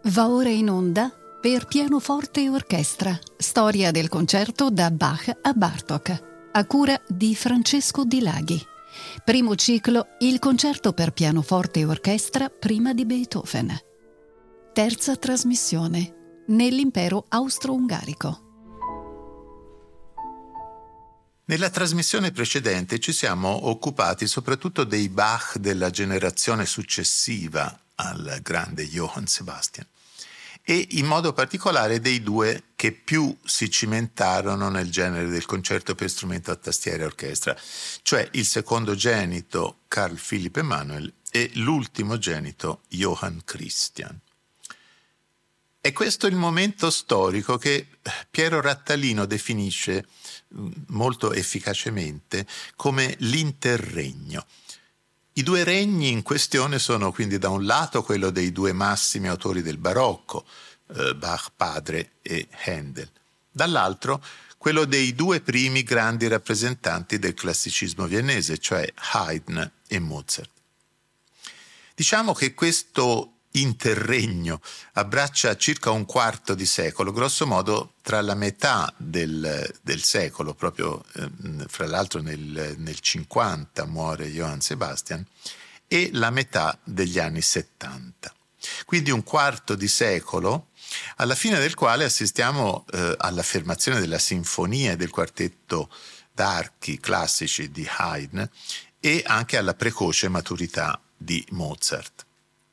Va ora in onda per pianoforte e orchestra, storia del concerto da Bach a Bartók, a cura di Francesco Di Laghi. Primo ciclo, il concerto per pianoforte e orchestra prima di Beethoven. Terza trasmissione, nell'impero austro-ungarico. Nella trasmissione precedente ci siamo occupati soprattutto dei Bach della generazione successiva al grande Johann Sebastian e in modo particolare dei due che più si cimentarono nel genere del concerto per strumento a tastiera e orchestra, cioè il secondogenito Carl Philipp Emanuel e l'ultimogenito Johann Christian. È questo il momento storico che Piero Rattalino definisce molto efficacemente come l'interregno. I due regni in questione sono quindi da un lato quello dei due massimi autori del barocco, Bach padre e Handel, dall'altro quello dei due primi grandi rappresentanti del classicismo viennese, cioè Haydn e Mozart. Diciamo che questo interregno abbraccia circa un quarto di secolo, grosso modo tra la metà del secolo, proprio fra l'altro nel 50 muore Johann Sebastian, e la metà degli anni 70. Quindi un quarto di secolo alla fine del quale assistiamo all'affermazione della sinfonia e del quartetto d'archi classici di Haydn e anche alla precoce maturità di Mozart.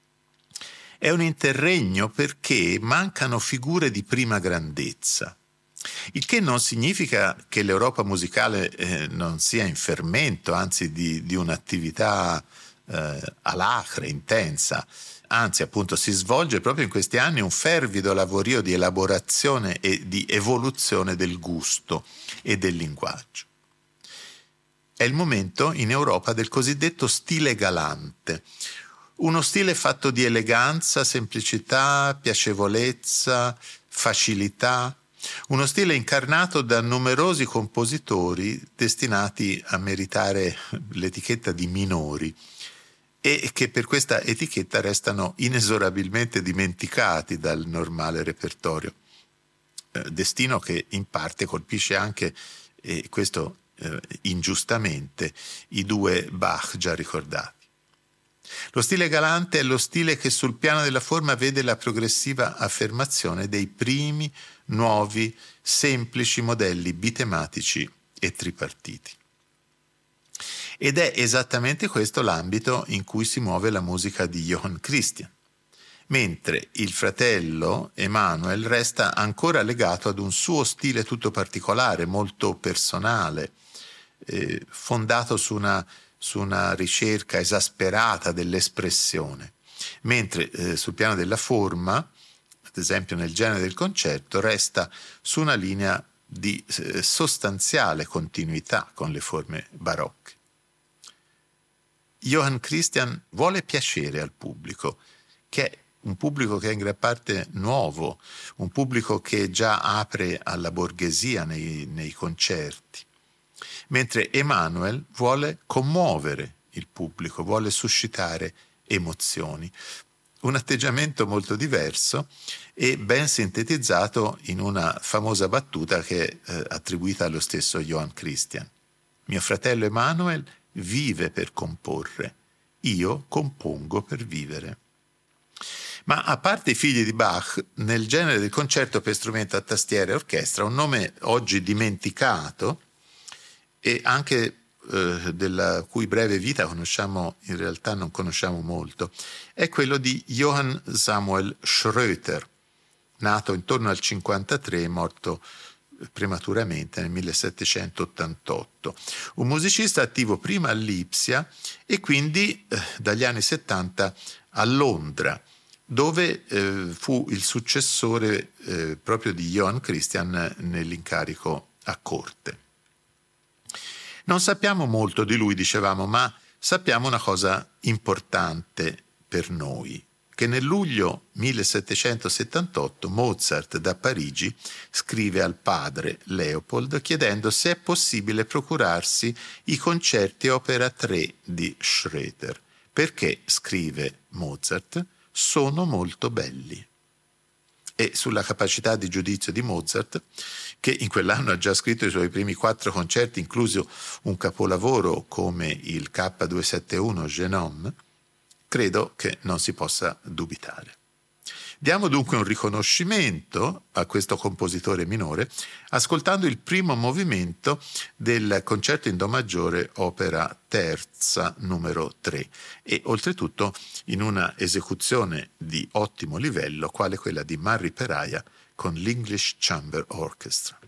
È un interregno perché mancano figure di prima grandezza, il che non significa che l'Europa musicale non sia in fermento, anzi di un'attività alacre, intensa. Anzi, appunto, si svolge proprio in questi anni un fervido lavorio di elaborazione e di evoluzione del gusto e del linguaggio. È il momento in Europa del cosiddetto stile galante, uno stile fatto di eleganza, semplicità, piacevolezza, facilità, uno stile incarnato da numerosi compositori destinati a meritare l'etichetta di minori e che per questa etichetta restano inesorabilmente dimenticati dal normale repertorio, destino che in parte colpisce anche, e questo ingiustamente, i due Bach già ricordati. Lo stile galante è lo stile che sul piano della forma vede la progressiva affermazione dei primi, nuovi, semplici modelli bitematici e tripartiti. Ed è esattamente questo l'ambito in cui si muove la musica di Johann Christian, mentre il fratello Emanuel resta ancora legato ad un suo stile tutto particolare, molto personale, fondato su una ricerca esasperata dell'espressione, mentre sul piano della forma, ad esempio nel genere del concerto, resta su una linea di sostanziale continuità con le forme barocche. Johann Christian vuole piacere al pubblico, che è un pubblico che è in gran parte nuovo, un pubblico che già apre alla borghesia nei concerti, mentre Emanuel vuole commuovere il pubblico, vuole suscitare emozioni. Un atteggiamento molto diverso e ben sintetizzato in una famosa battuta che è attribuita allo stesso Johann Christian. Mio fratello Emanuel vive per comporre, io compongo per vivere. Ma a parte i figli di Bach, nel genere del concerto per strumento a tastiera e orchestra, un nome oggi dimenticato e anche della cui breve vita in realtà non conosciamo molto, è quello di Johann Samuel Schröter, nato intorno al 53 e morto prematuramente nel 1788, un musicista attivo prima a Lipsia e quindi dagli anni 70 a Londra, dove fu il successore proprio di Johann Christian nell'incarico a corte. Non sappiamo molto di lui, dicevamo, ma sappiamo una cosa importante per noi, che nel luglio 1778 Mozart da Parigi scrive al padre Leopold chiedendo se è possibile procurarsi i concerti opera 3 di Schröter, perché, scrive Mozart, sono molto belli. e sulla capacità di giudizio di Mozart, che in quell'anno ha già scritto i suoi primi 4 concerti, incluso un capolavoro come il K271 Genome, credo che non si possa dubitare. Diamo dunque un riconoscimento a questo compositore minore ascoltando il primo movimento del concerto in do maggiore opera terza numero 3 e oltretutto in una esecuzione di ottimo livello quale quella di Murray Peraia con l'English Chamber Orchestra.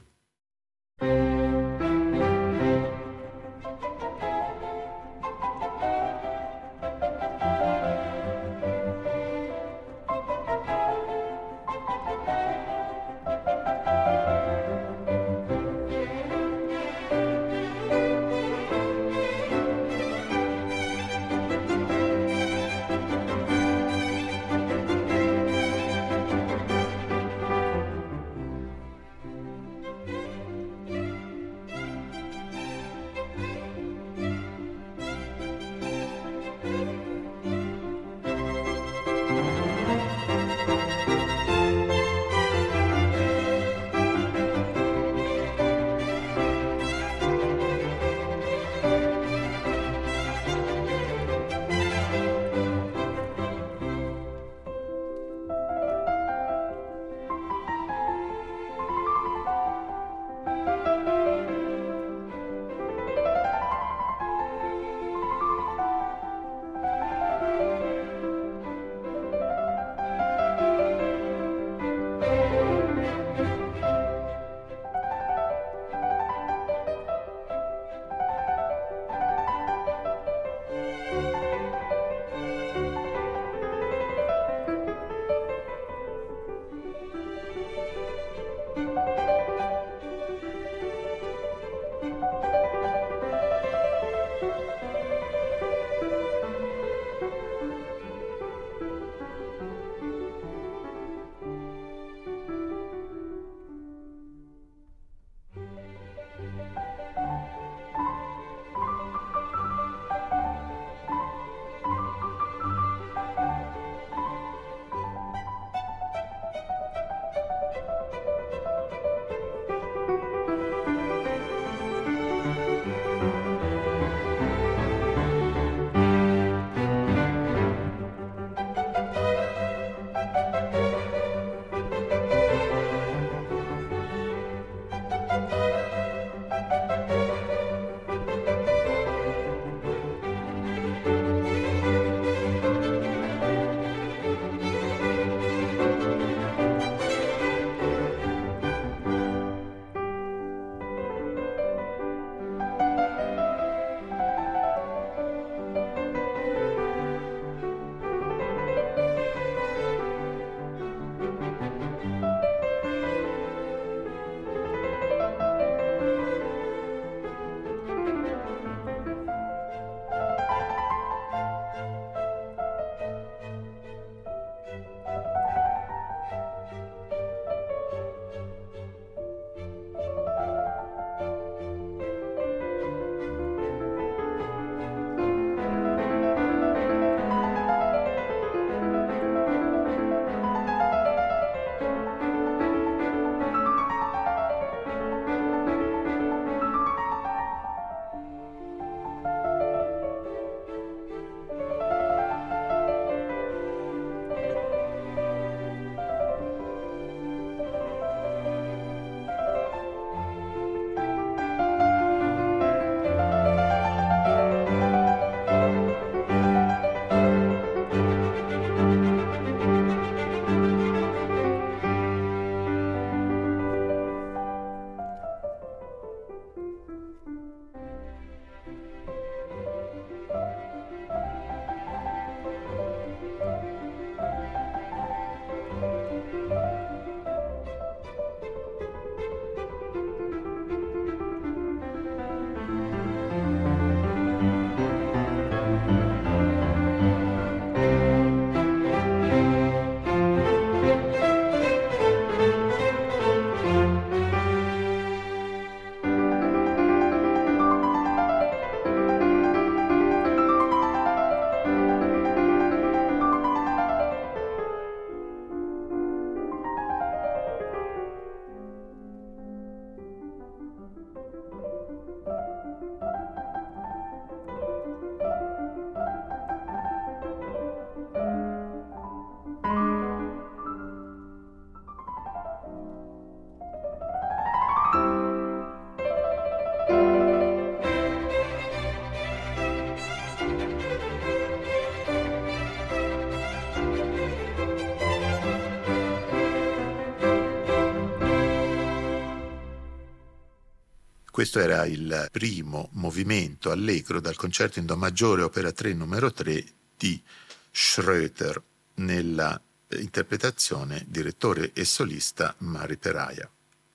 Questo era il primo movimento allegro dal concerto in Do maggiore opera 3 numero 3 di Schröter, nella interpretazione direttore e solista Mari Peraja.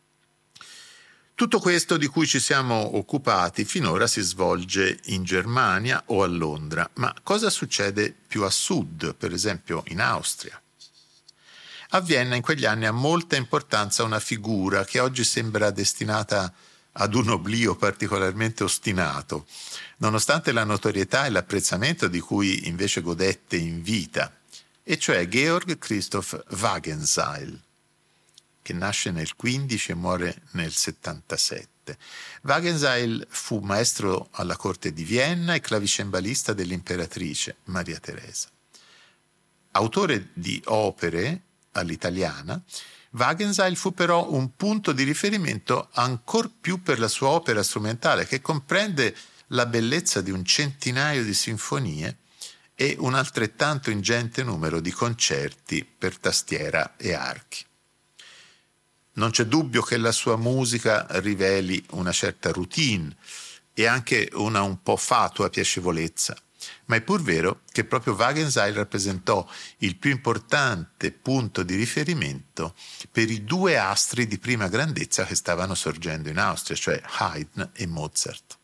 Tutto questo di cui ci siamo occupati finora si svolge in Germania o a Londra, ma cosa succede più a sud, per esempio in Austria? A Vienna in quegli anni ha molta importanza una figura che oggi sembra destinata ad un oblio particolarmente ostinato, nonostante la notorietà e l'apprezzamento di cui invece godette in vita, e cioè Georg Christoph Wagenseil, che nasce nel 15 e muore nel 77. Wagenseil fu maestro alla corte di Vienna e clavicembalista dell'imperatrice Maria Teresa. Autore di opere all'italiana, Wagenseil fu però un punto di riferimento ancor più per la sua opera strumentale, che comprende la bellezza di un centinaio di sinfonie e un altrettanto ingente numero di concerti per tastiera e archi. Non c'è dubbio che la sua musica riveli una certa routine e anche una un po' fatua piacevolezza, ma è pur vero che proprio Wagenseil rappresentò il più importante punto di riferimento per i due astri di prima grandezza che stavano sorgendo in Austria, cioè Haydn e Mozart.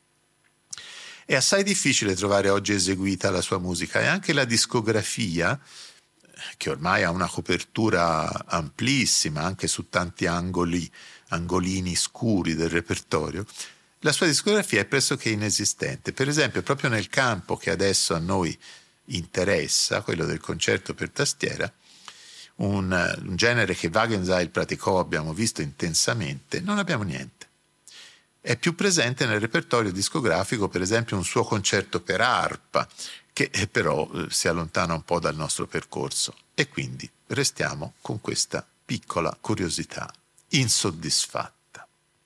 È assai difficile trovare oggi eseguita la sua musica e anche la discografia, che ormai ha una copertura amplissima anche su tanti angolini scuri del repertorio, la sua discografia è pressoché inesistente. Per esempio, proprio nel campo che adesso a noi interessa, quello del concerto per tastiera, un genere che Wagenseil praticò, abbiamo visto intensamente, non abbiamo niente. È più presente nel repertorio discografico, per esempio, un suo concerto per arpa, che però si allontana un po' dal nostro percorso, e quindi restiamo con questa piccola curiosità insoddisfatta.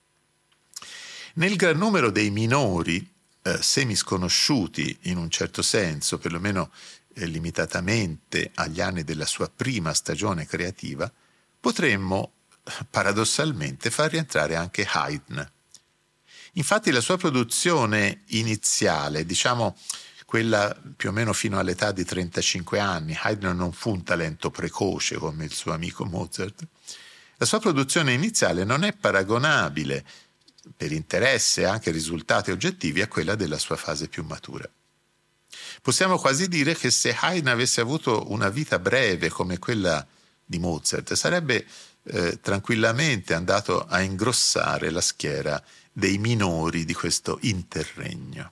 Nel gran numero dei minori, semisconosciuti in un certo senso, perlomeno limitatamente agli anni della sua prima stagione creativa, potremmo paradossalmente far rientrare anche Haydn. Infatti la sua produzione iniziale, diciamo quella più o meno fino all'età di 35 anni, Haydn non fu un talento precoce come il suo amico Mozart, la sua produzione iniziale non è paragonabile per interesse e anche risultati oggettivi a quella della sua fase più matura. Possiamo quasi dire che se Haydn avesse avuto una vita breve come quella di Mozart, sarebbe tranquillamente andato a ingrossare la schiera dei minori di questo interregno.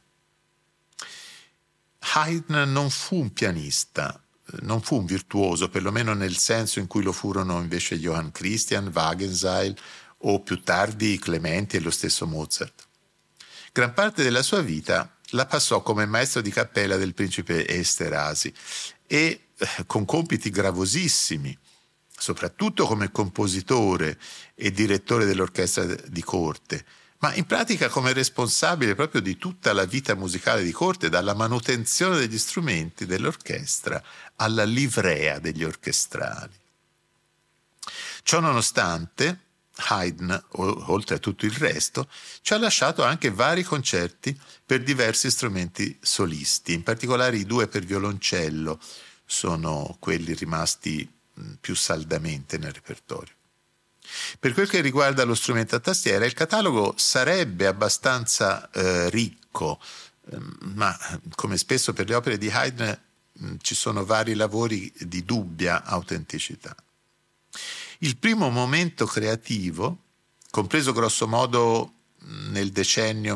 Haydn non fu un pianista, non fu un virtuoso, perlomeno nel senso in cui lo furono invece Johann Christian, Wagenseil o più tardi Clementi e lo stesso Mozart. Gran parte della sua vita la passò come maestro di cappella del principe Esterhazy e con compiti gravosissimi, soprattutto come compositore e direttore dell'orchestra di corte, ma in pratica come responsabile proprio di tutta la vita musicale di corte, dalla manutenzione degli strumenti dell'orchestra alla livrea degli orchestrali. Ciò nonostante, Haydn, oltre a tutto il resto, ci ha lasciato anche vari concerti per diversi strumenti solisti, in particolare i 2 per violoncello sono quelli rimasti più saldamente nel repertorio. Per quel che riguarda lo strumento a tastiera, il catalogo sarebbe abbastanza ricco, ma come spesso per le opere di Haydn ci sono vari lavori di dubbia autenticità. Il primo momento creativo, compreso grosso modo nel decennio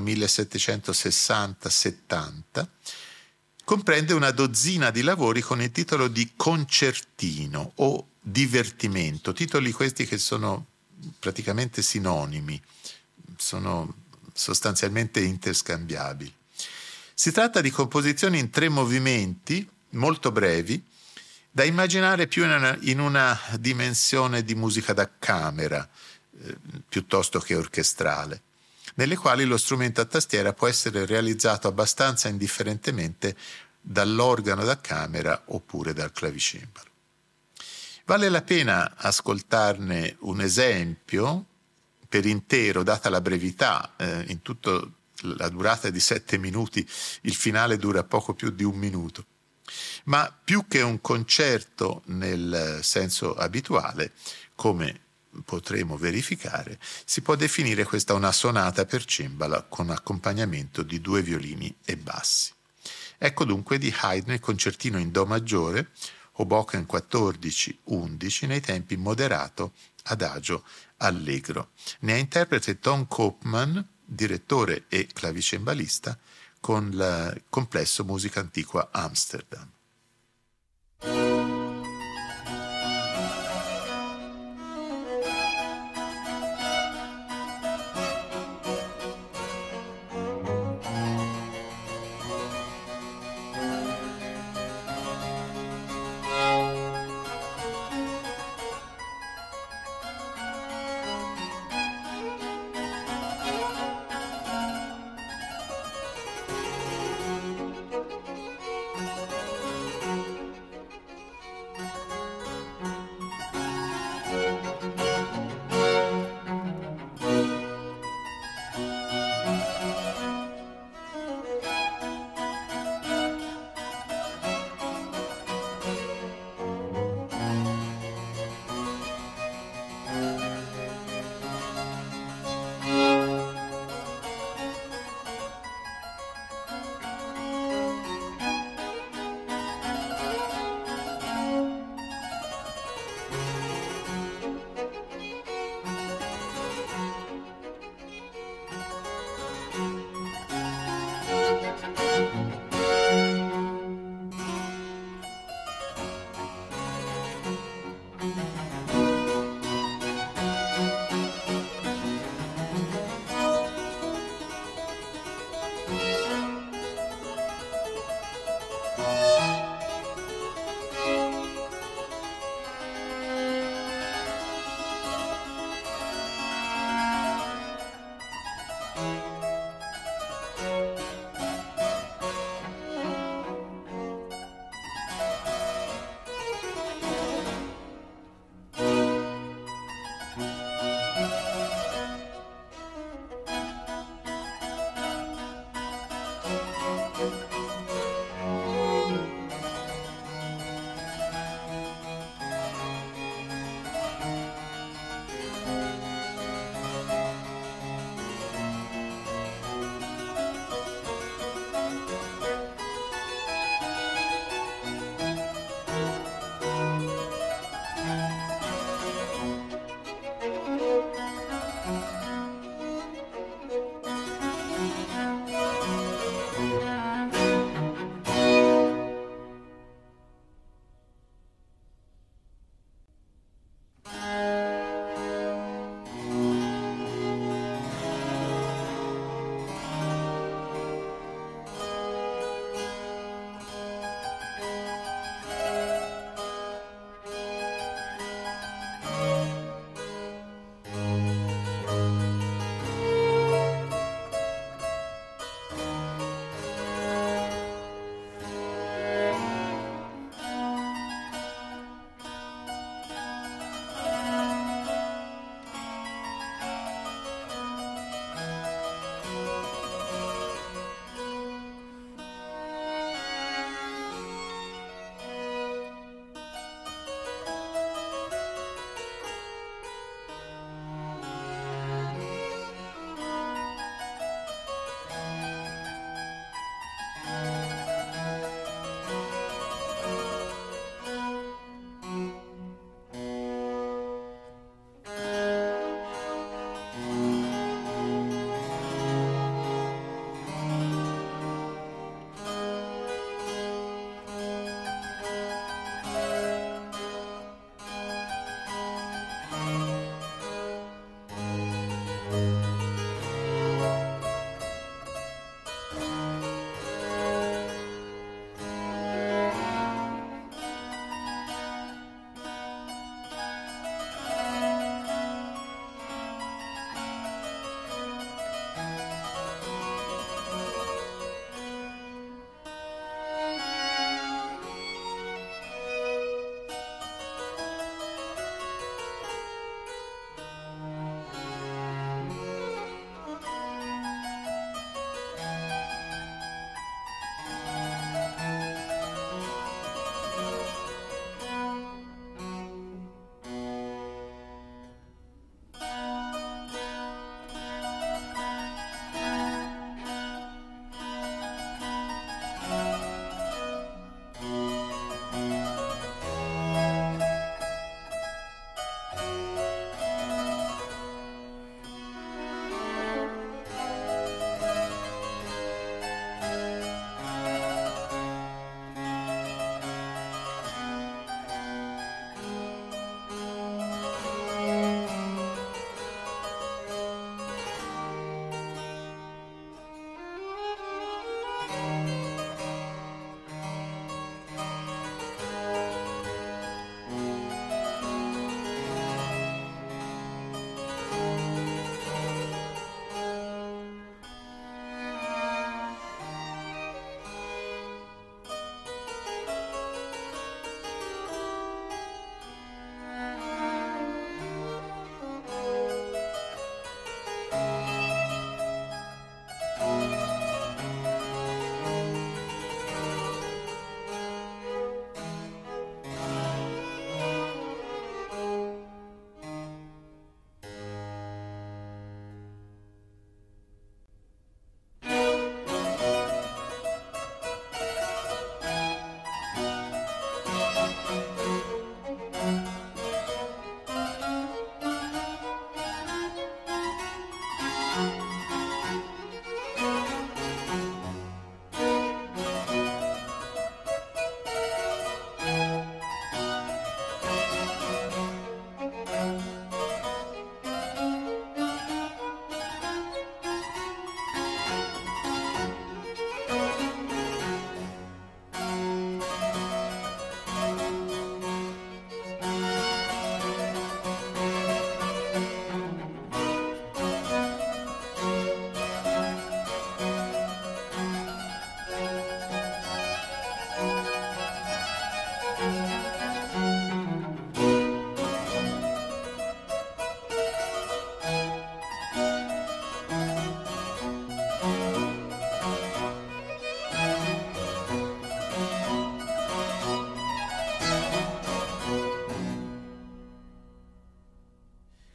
1760-70, comprende una dozzina di lavori con il titolo di concertino o divertimento, titoli questi che sono praticamente sinonimi, sono sostanzialmente interscambiabili. Si tratta di composizioni in 3 movimenti molto brevi, da immaginare più in una dimensione di musica da camera piuttosto che orchestrale, nelle quali lo strumento a tastiera può essere realizzato abbastanza indifferentemente dall'organo da camera oppure dal clavicembalo. Vale la pena ascoltarne un esempio per intero, data la brevità, in tutta la durata di 7 minuti, il finale dura poco più di 1 minuto. Ma più che un concerto nel senso abituale, come potremo verificare, si può definire questa una sonata per cembala con accompagnamento di 2 violini e bassi. Ecco dunque di Haydn il concertino in Do maggiore, Hoboken 14-11, nei tempi moderato, adagio, allegro. Ne è interprete Tom Koopman, direttore e clavicembalista, con il complesso Musica Antiqua Amsterdam.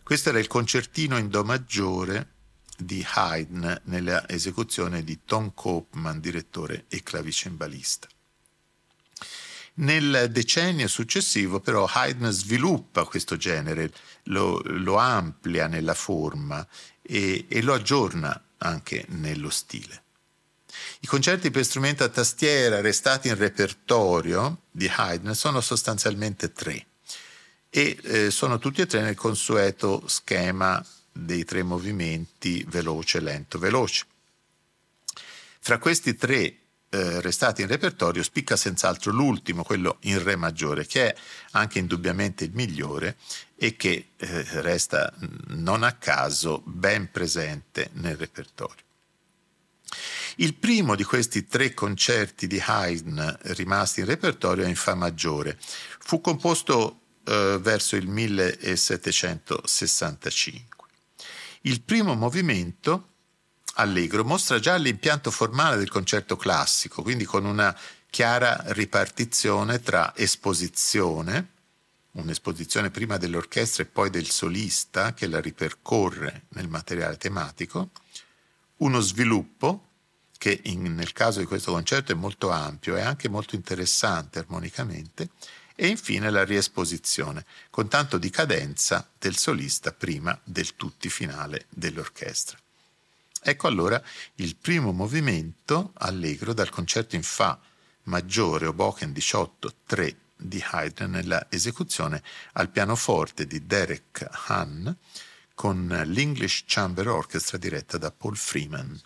Questo era il concertino in do maggiore di Haydn nella esecuzione di Tom Koopman, direttore e clavicembalista. Nel decennio successivo però Haydn sviluppa questo genere, lo amplia nella forma e lo aggiorna anche nello stile. I concerti per strumento a tastiera restati in repertorio di Haydn sono sostanzialmente 3 e sono tutti e 3 nel consueto schema dei 3 movimenti veloce, lento, veloce. Fra questi 3 restati in repertorio spicca senz'altro l'ultimo, quello in re maggiore, che è anche indubbiamente il migliore e che resta non a caso ben presente nel repertorio. Il primo di questi 3 concerti di Haydn rimasti in repertorio è in fa maggiore. Fu composto verso il 1765. Il primo movimento, allegro, mostra già l'impianto formale del concerto classico, quindi con una chiara ripartizione tra esposizione, un'esposizione prima dell'orchestra e poi del solista che la ripercorre nel materiale tematico, uno sviluppo che nel caso di questo concerto è molto ampio e anche molto interessante armonicamente, e infine la riesposizione, con tanto di cadenza del solista prima del tutti finale dell'orchestra. Ecco allora il primo movimento allegro dal concerto in fa maggiore Hoboken 18-3 di Haydn nella esecuzione al pianoforte di Derek Hahn con l'English Chamber Orchestra diretta da Paul Freeman.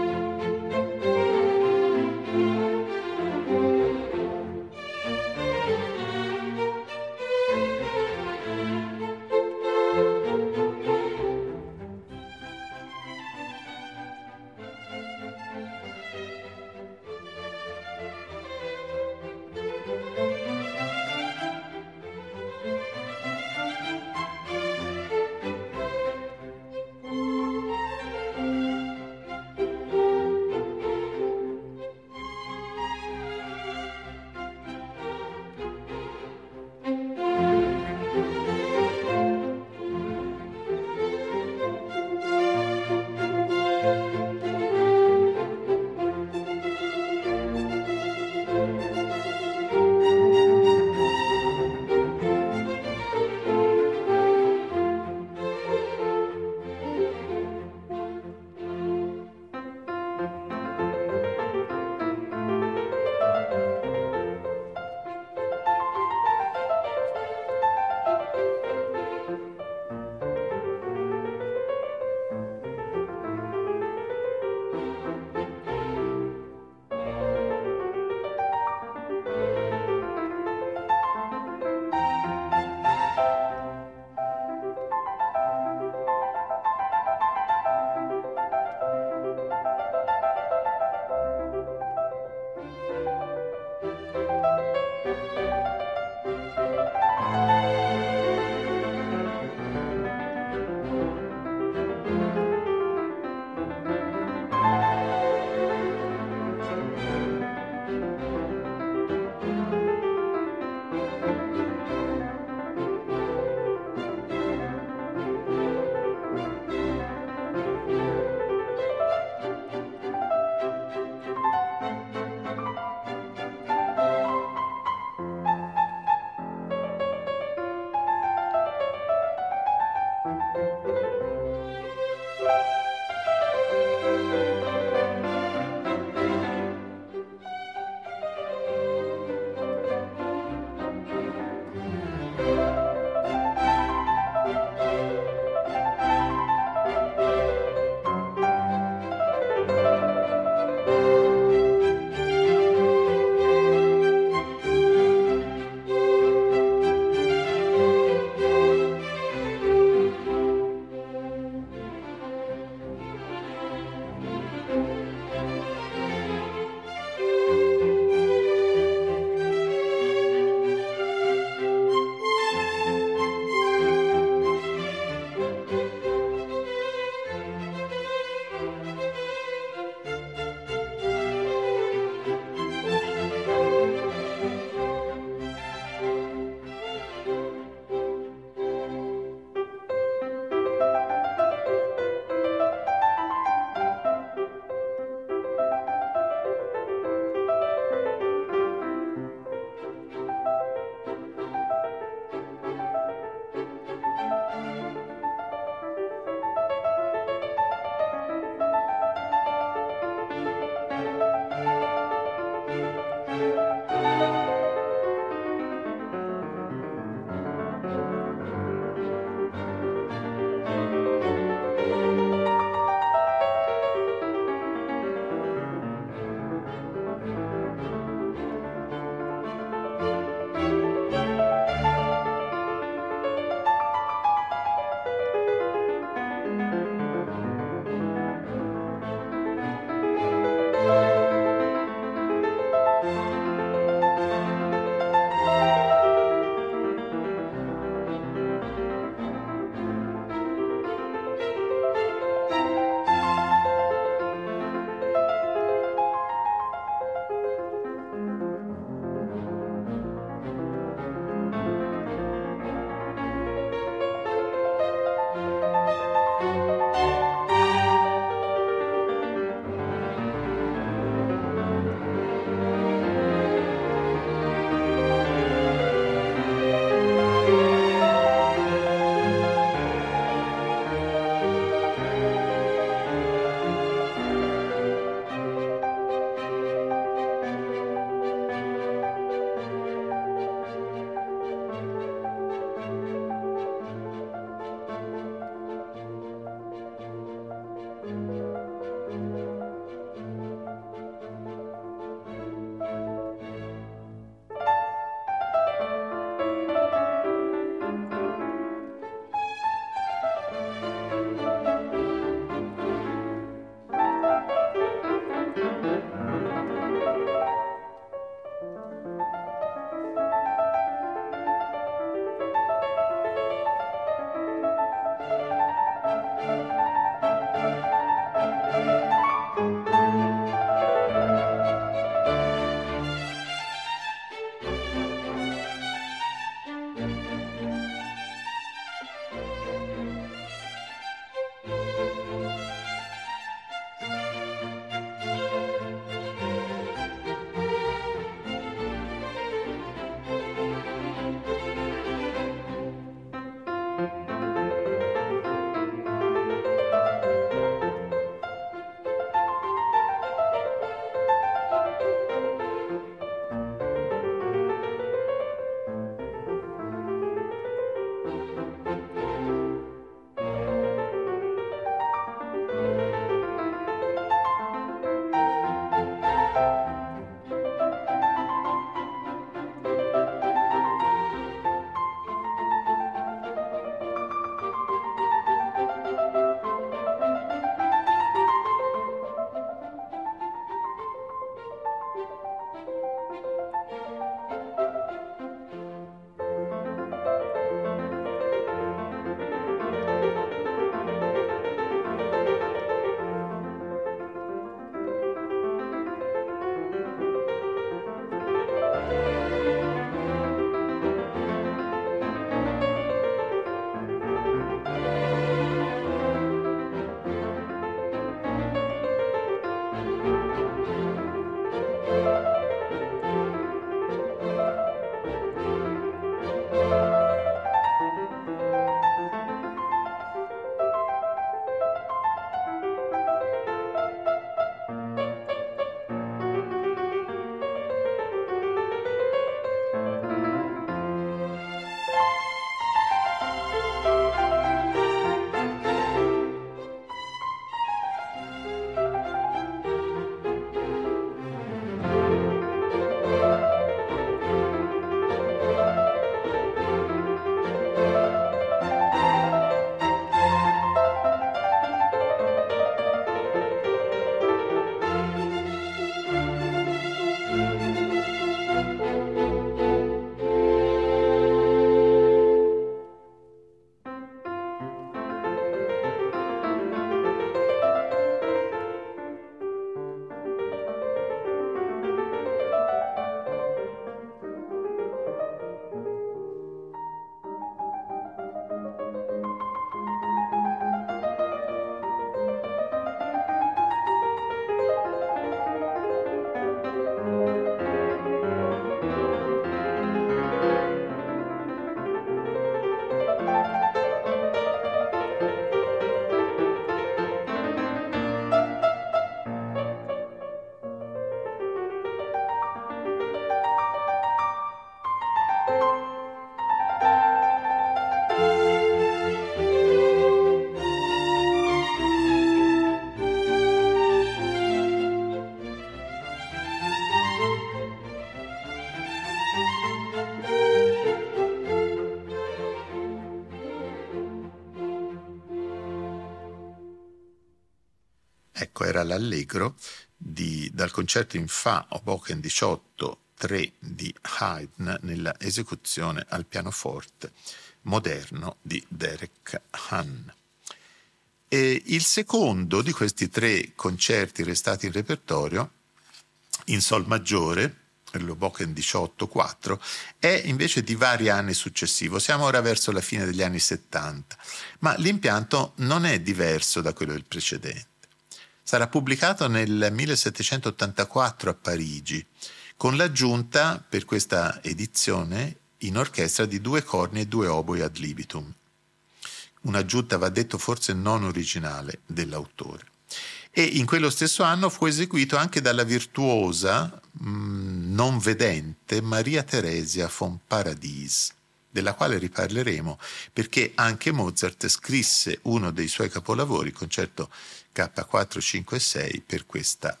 Ecco, era l'Allegro dal concerto in Fa Hoboken 18 3 di Haydn nella esecuzione al pianoforte moderno di Derek Han. E il secondo di questi 3 concerti restati in repertorio, in Sol maggiore, l'Hoboken 18-4, è invece di vari anni successivo. Siamo ora verso la fine degli anni 70, ma l'impianto non è diverso da quello del precedente. Sarà pubblicato nel 1784 a Parigi, con l'aggiunta per questa edizione in orchestra di 2 corni e 2 oboi ad libitum. Un'aggiunta, va detto, forse non originale dell'autore. E in quello stesso anno fu eseguito anche dalla virtuosa, non vedente, Maria Theresia von Paradis, della quale riparleremo, perché anche Mozart scrisse uno dei suoi capolavori, il concerto K4, 5 e 6, per questa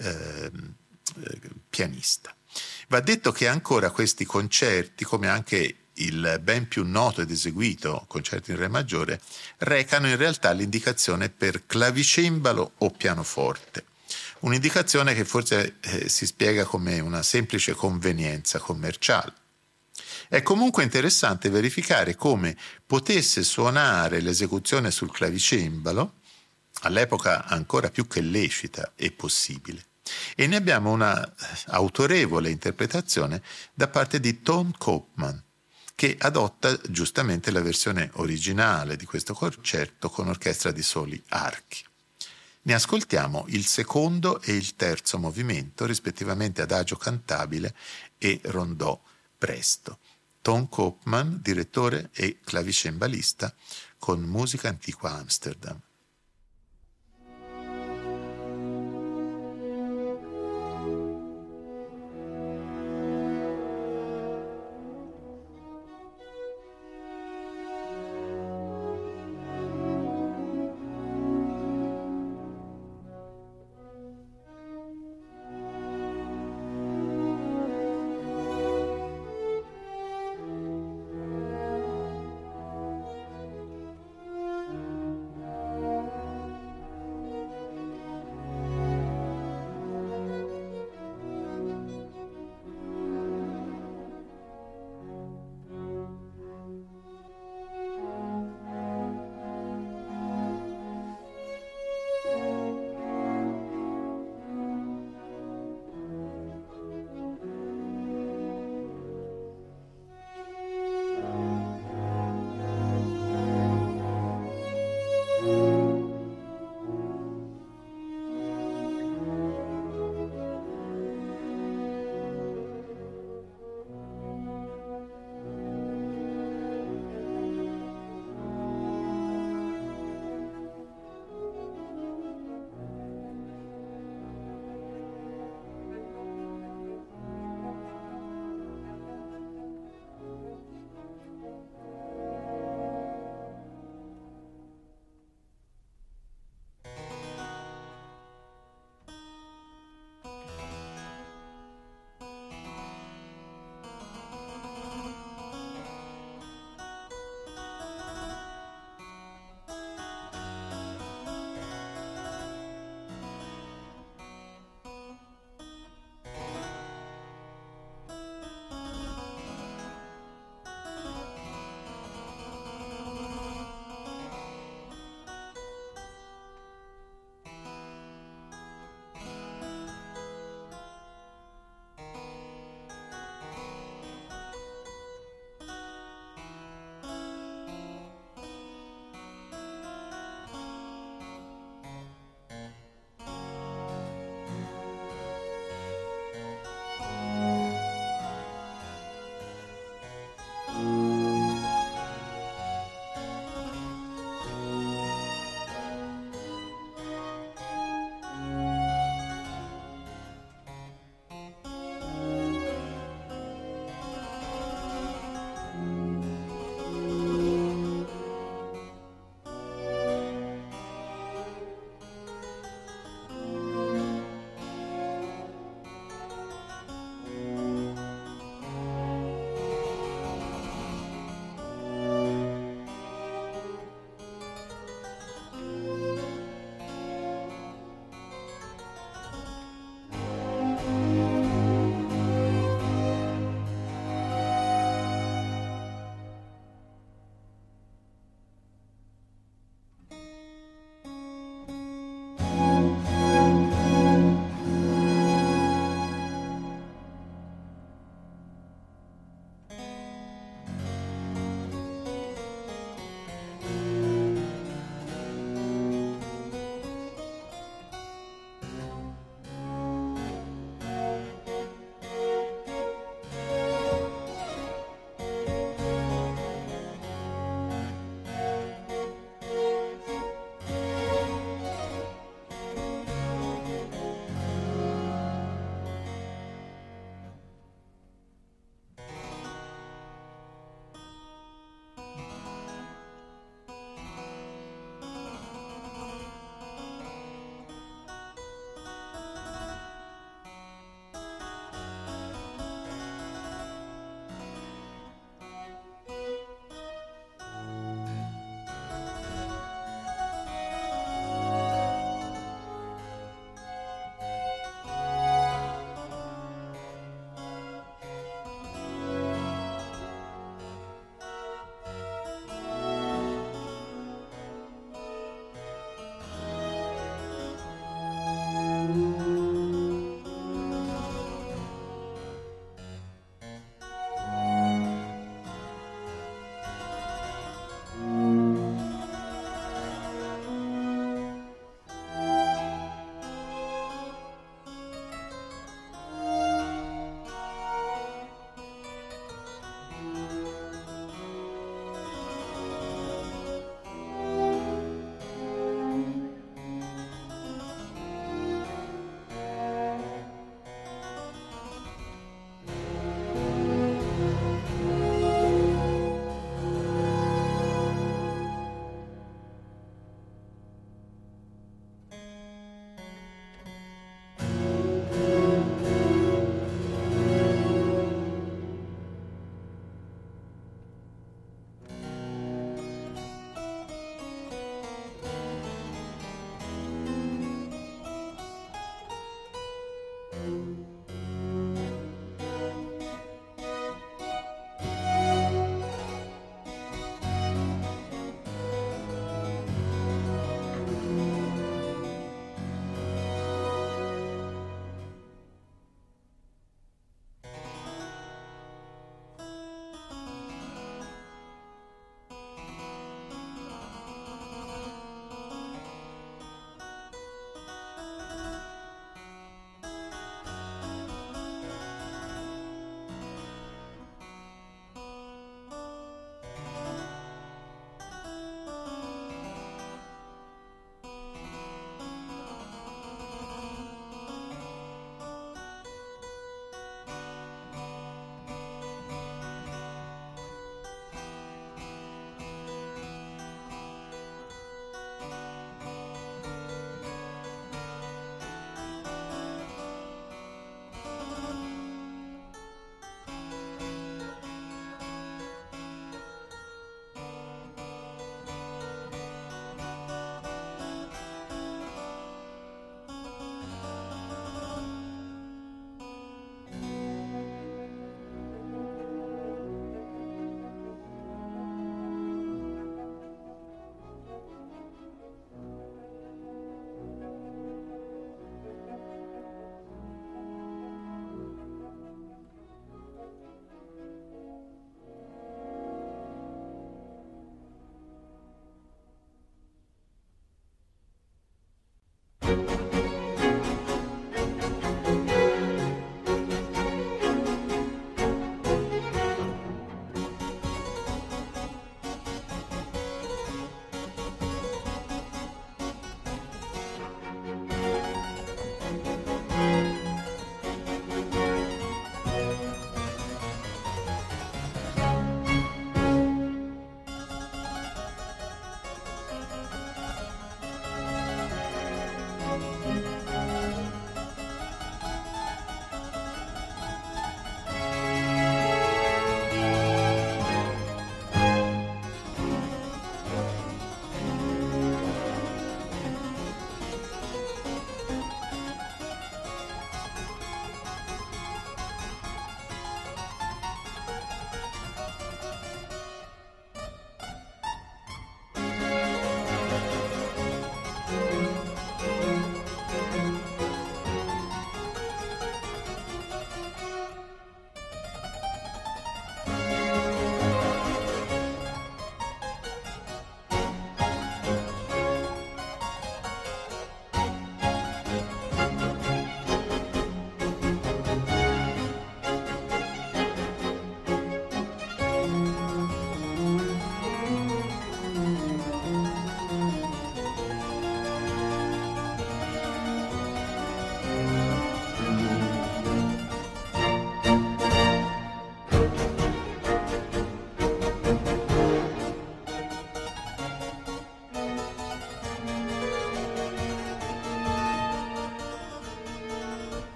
pianista. Va detto che ancora questi concerti, come anche il ben più noto ed eseguito concerto in re maggiore, recano in realtà l'indicazione per clavicembalo o pianoforte, un'indicazione che forse si spiega come una semplice convenienza commerciale. È comunque interessante verificare come potesse suonare l'esecuzione sul clavicembalo, all'epoca ancora più che lecita e possibile. E ne abbiamo una autorevole interpretazione da parte di Ton Koopman, che adotta giustamente la versione originale di questo concerto con orchestra di soli archi. Ne ascoltiamo il secondo e il terzo movimento, rispettivamente adagio cantabile e rondò presto. Ton Koopman, direttore e clavicembalista con Musica Antiqua Amsterdam.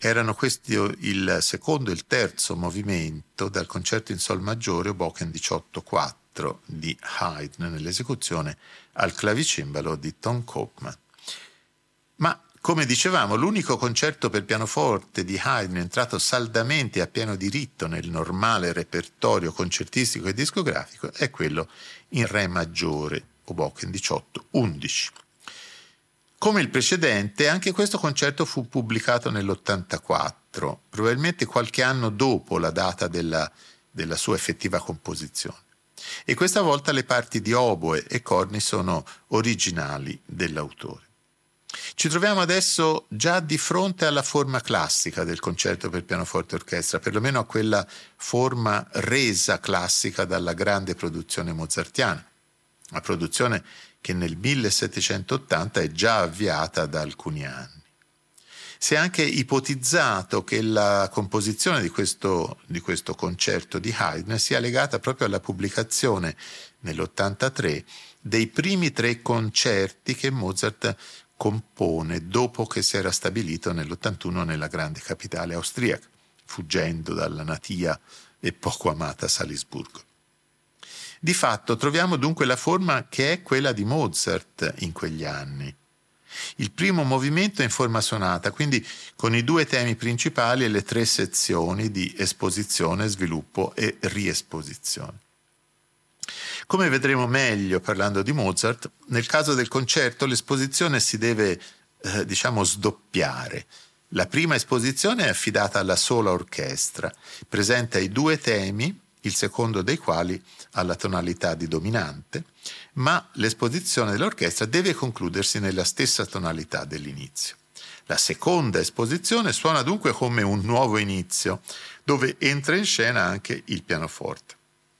erano questi il secondo e il terzo movimento dal concerto in sol maggiore Hoboken 18-4 di Haydn nell'esecuzione al clavicembalo di Ton Koopman. Ma come dicevamo, l'unico concerto per pianoforte di Haydn entrato saldamente a pieno diritto nel normale repertorio concertistico e discografico è quello in re maggiore, Hoboken 18-11. Come il precedente, anche questo concerto fu pubblicato nell'84, probabilmente qualche anno dopo la data della sua effettiva composizione. E questa volta le parti di oboe e corni sono originali dell'autore. Ci troviamo adesso già di fronte alla forma classica del concerto per pianoforte e orchestra, perlomeno a quella forma resa classica dalla grande produzione mozartiana, una produzione che nel 1780 è già avviata da alcuni anni. Si è anche ipotizzato che la composizione di questo concerto di Haydn sia legata proprio alla pubblicazione nell'83 dei primi 3 concerti che Mozart compone dopo che si era stabilito nell'81 nella grande capitale austriaca, fuggendo dalla natia e poco amata Salisburgo. Di fatto troviamo dunque la forma che è quella di Mozart in quegli anni. Il primo movimento è in forma sonata, quindi con i 2 temi principali e le 3 sezioni di esposizione, sviluppo e riesposizione. Come vedremo meglio parlando di Mozart, nel caso del concerto l'esposizione si deve, sdoppiare. La prima esposizione è affidata alla sola orchestra, presenta i 2 temi, il secondo dei quali ha la tonalità di dominante, ma l'esposizione dell'orchestra deve concludersi nella stessa tonalità dell'inizio. La seconda esposizione suona dunque come un nuovo inizio, dove entra in scena anche il pianoforte.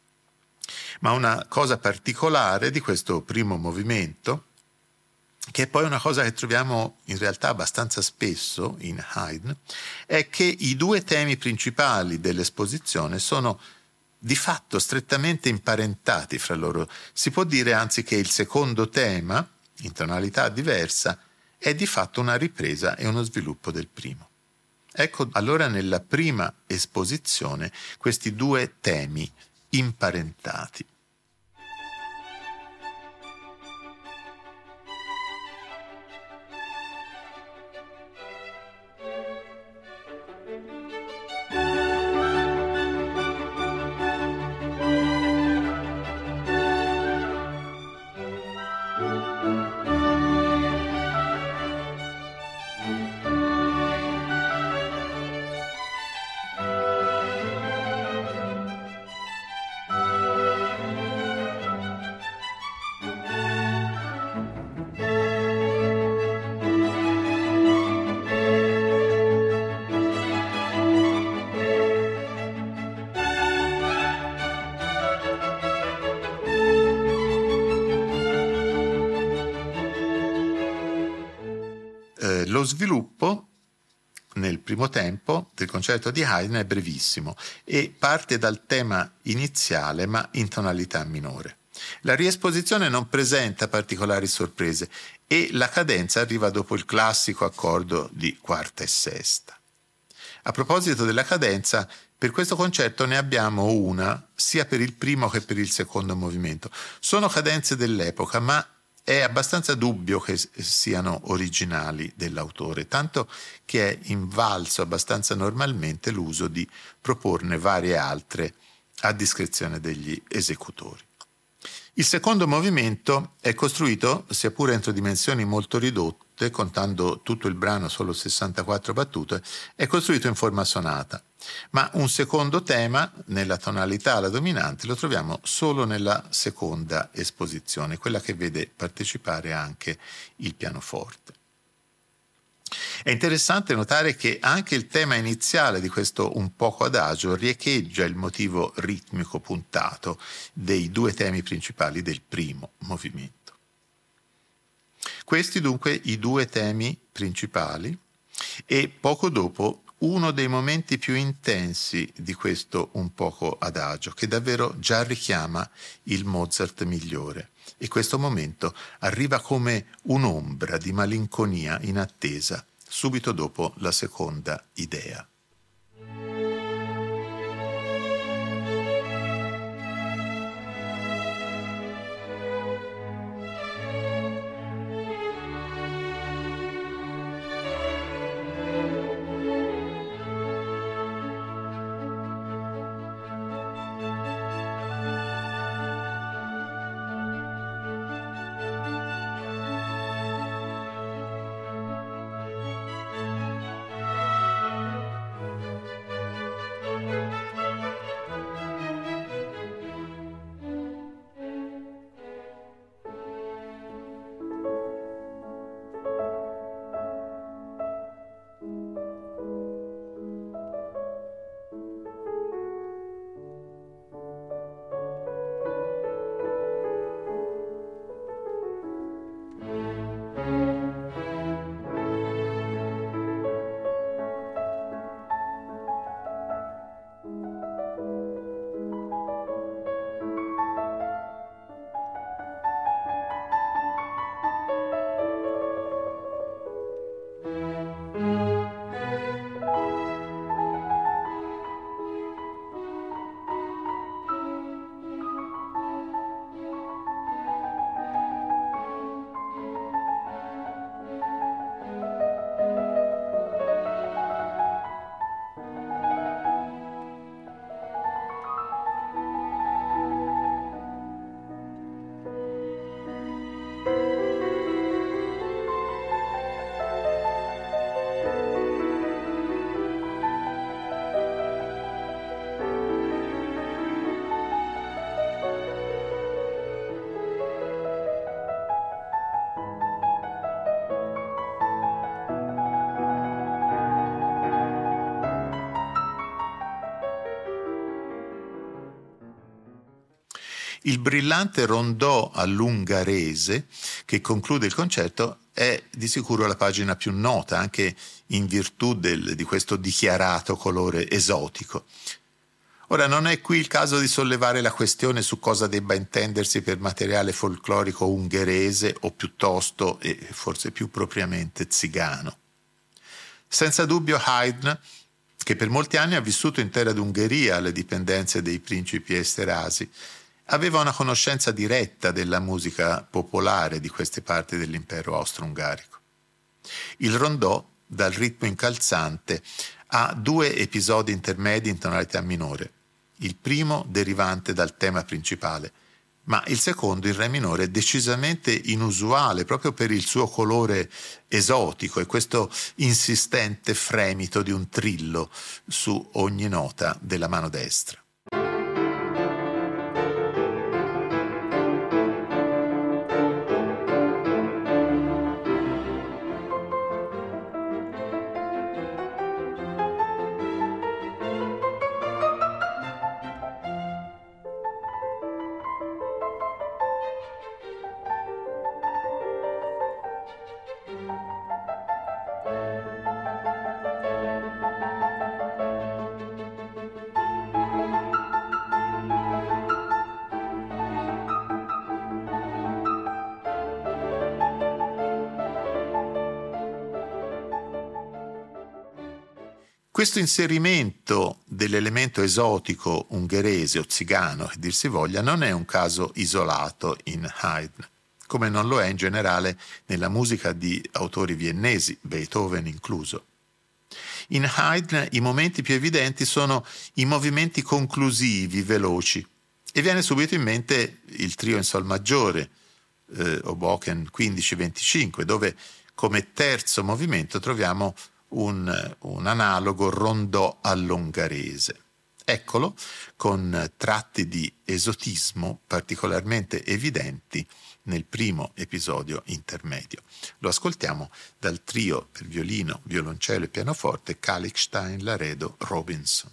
Ma una cosa particolare di questo primo movimento, che è poi una cosa che troviamo in realtà abbastanza spesso in Haydn, è che i 2 temi principali dell'esposizione sono di fatto strettamente imparentati fra loro. Si può dire anzi che il secondo tema, in tonalità diversa, è di fatto una ripresa e uno sviluppo del primo. Ecco allora nella prima esposizione questi 2 temi imparentati. Lo sviluppo nel primo tempo del concerto di Haydn è brevissimo e parte dal tema iniziale ma in tonalità minore. La riesposizione non presenta particolari sorprese e la cadenza arriva dopo il classico accordo di quarta e sesta. A proposito della cadenza, per questo concerto ne abbiamo una sia per il primo che per il secondo movimento. Sono cadenze dell'epoca, ma è abbastanza dubbio che siano originali dell'autore, tanto che è invalso abbastanza normalmente l'uso di proporne varie altre a discrezione degli esecutori. Il secondo movimento è costruito, sia pure entro dimensioni molto ridotte, contando tutto il brano solo 64 battute, è costruito in forma sonata, ma un secondo tema, nella tonalità alla dominante, lo troviamo solo nella seconda esposizione, quella che vede partecipare anche il pianoforte. È interessante notare che anche il tema iniziale di questo un poco adagio riecheggia il motivo ritmico puntato dei 2 temi principali del primo movimento. Questi dunque i 2 temi principali e poco dopo uno dei momenti più intensi di questo un poco adagio, che davvero già richiama il Mozart migliore. E questo momento arriva come un'ombra di malinconia in attesa subito dopo la seconda idea. Il brillante rondò all'ungherese che conclude il concerto è di sicuro la pagina più nota, anche in virtù di questo dichiarato colore esotico. Ora, non è qui il caso di sollevare la questione su cosa debba intendersi per materiale folclorico ungherese o piuttosto, e forse più propriamente, zigano. Senza dubbio Haydn, che per molti anni ha vissuto in terra d'Ungheria alle dipendenze dei principi Esterasi, aveva una conoscenza diretta della musica popolare di queste parti dell'impero austro-ungarico. Il rondò, dal ritmo incalzante, ha 2 episodi intermedi in tonalità minore, il primo derivante dal tema principale, ma il secondo in re minore decisamente inusuale proprio per il suo colore esotico e questo insistente fremito di un trillo su ogni nota della mano destra. Questo inserimento dell'elemento esotico ungherese o zigano, che dir si voglia, non è un caso isolato in Haydn, come non lo è in generale nella musica di autori viennesi, Beethoven incluso. In Haydn i momenti più evidenti sono i movimenti conclusivi, veloci, e viene subito in mente il trio in sol maggiore, Hoboken 15-25, dove come terzo movimento troviamo un analogo rondò all'ungherese. Eccolo, con tratti di esotismo particolarmente evidenti nel primo episodio intermedio. Lo ascoltiamo dal trio per violino, violoncello e pianoforte Kalkstein, Laredo, Robinson.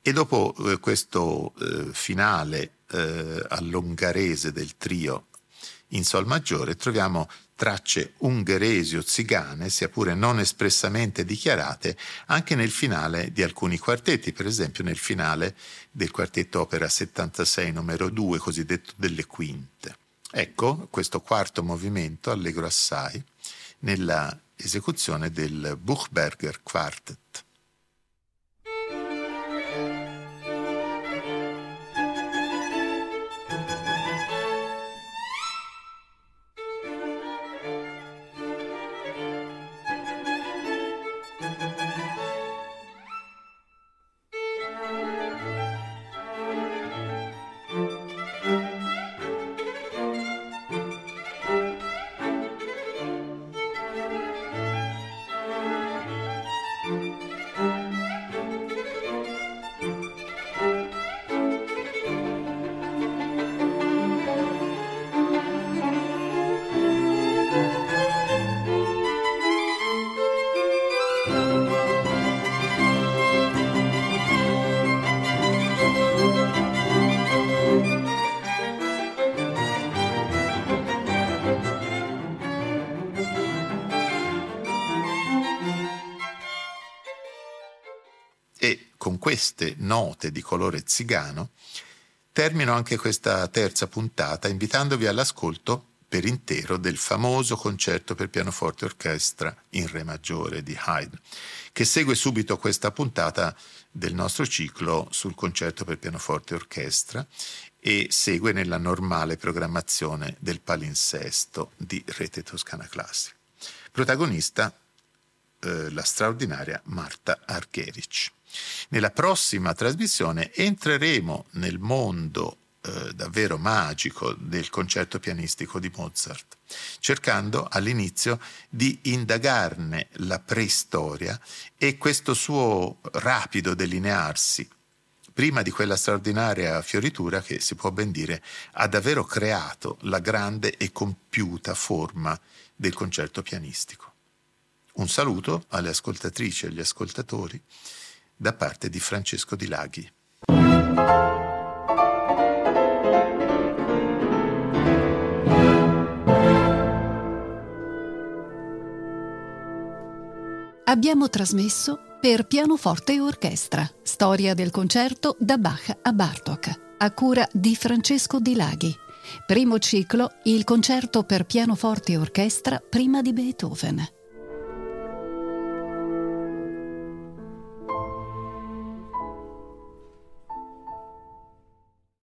E dopo questo finale all'ungherese del trio in sol maggiore troviamo tracce ungheresi o zigane, sia pure non espressamente dichiarate, anche nel finale di alcuni quartetti, per esempio nel finale del quartetto opera 76 numero 2, cosiddetto delle quinte. Ecco questo quarto movimento, allegro assai, nella esecuzione del Buchberger Quartet. E con queste note di colore zigano termino anche questa terza puntata invitandovi all'ascolto per intero del famoso concerto per pianoforte e orchestra in re maggiore di Haydn, che segue subito questa puntata del nostro ciclo sul concerto per pianoforte e orchestra e segue nella normale programmazione del palinsesto di Rete Toscana Classica. Protagonista la straordinaria Marta Argerich. Nella prossima trasmissione entreremo nel mondo davvero magico del concerto pianistico di Mozart, cercando all'inizio di indagarne la preistoria e questo suo rapido delinearsi, prima di quella straordinaria fioritura che, si può ben dire, ha davvero creato la grande e compiuta forma del concerto pianistico. Un saluto alle ascoltatrici e agli ascoltatori da parte di Francesco Di Laghi. Abbiamo trasmesso Per pianoforte e orchestra, storia del concerto da Bach a Bartók, a cura di Francesco Di Laghi. Primo ciclo, il concerto per pianoforte e orchestra prima di Beethoven.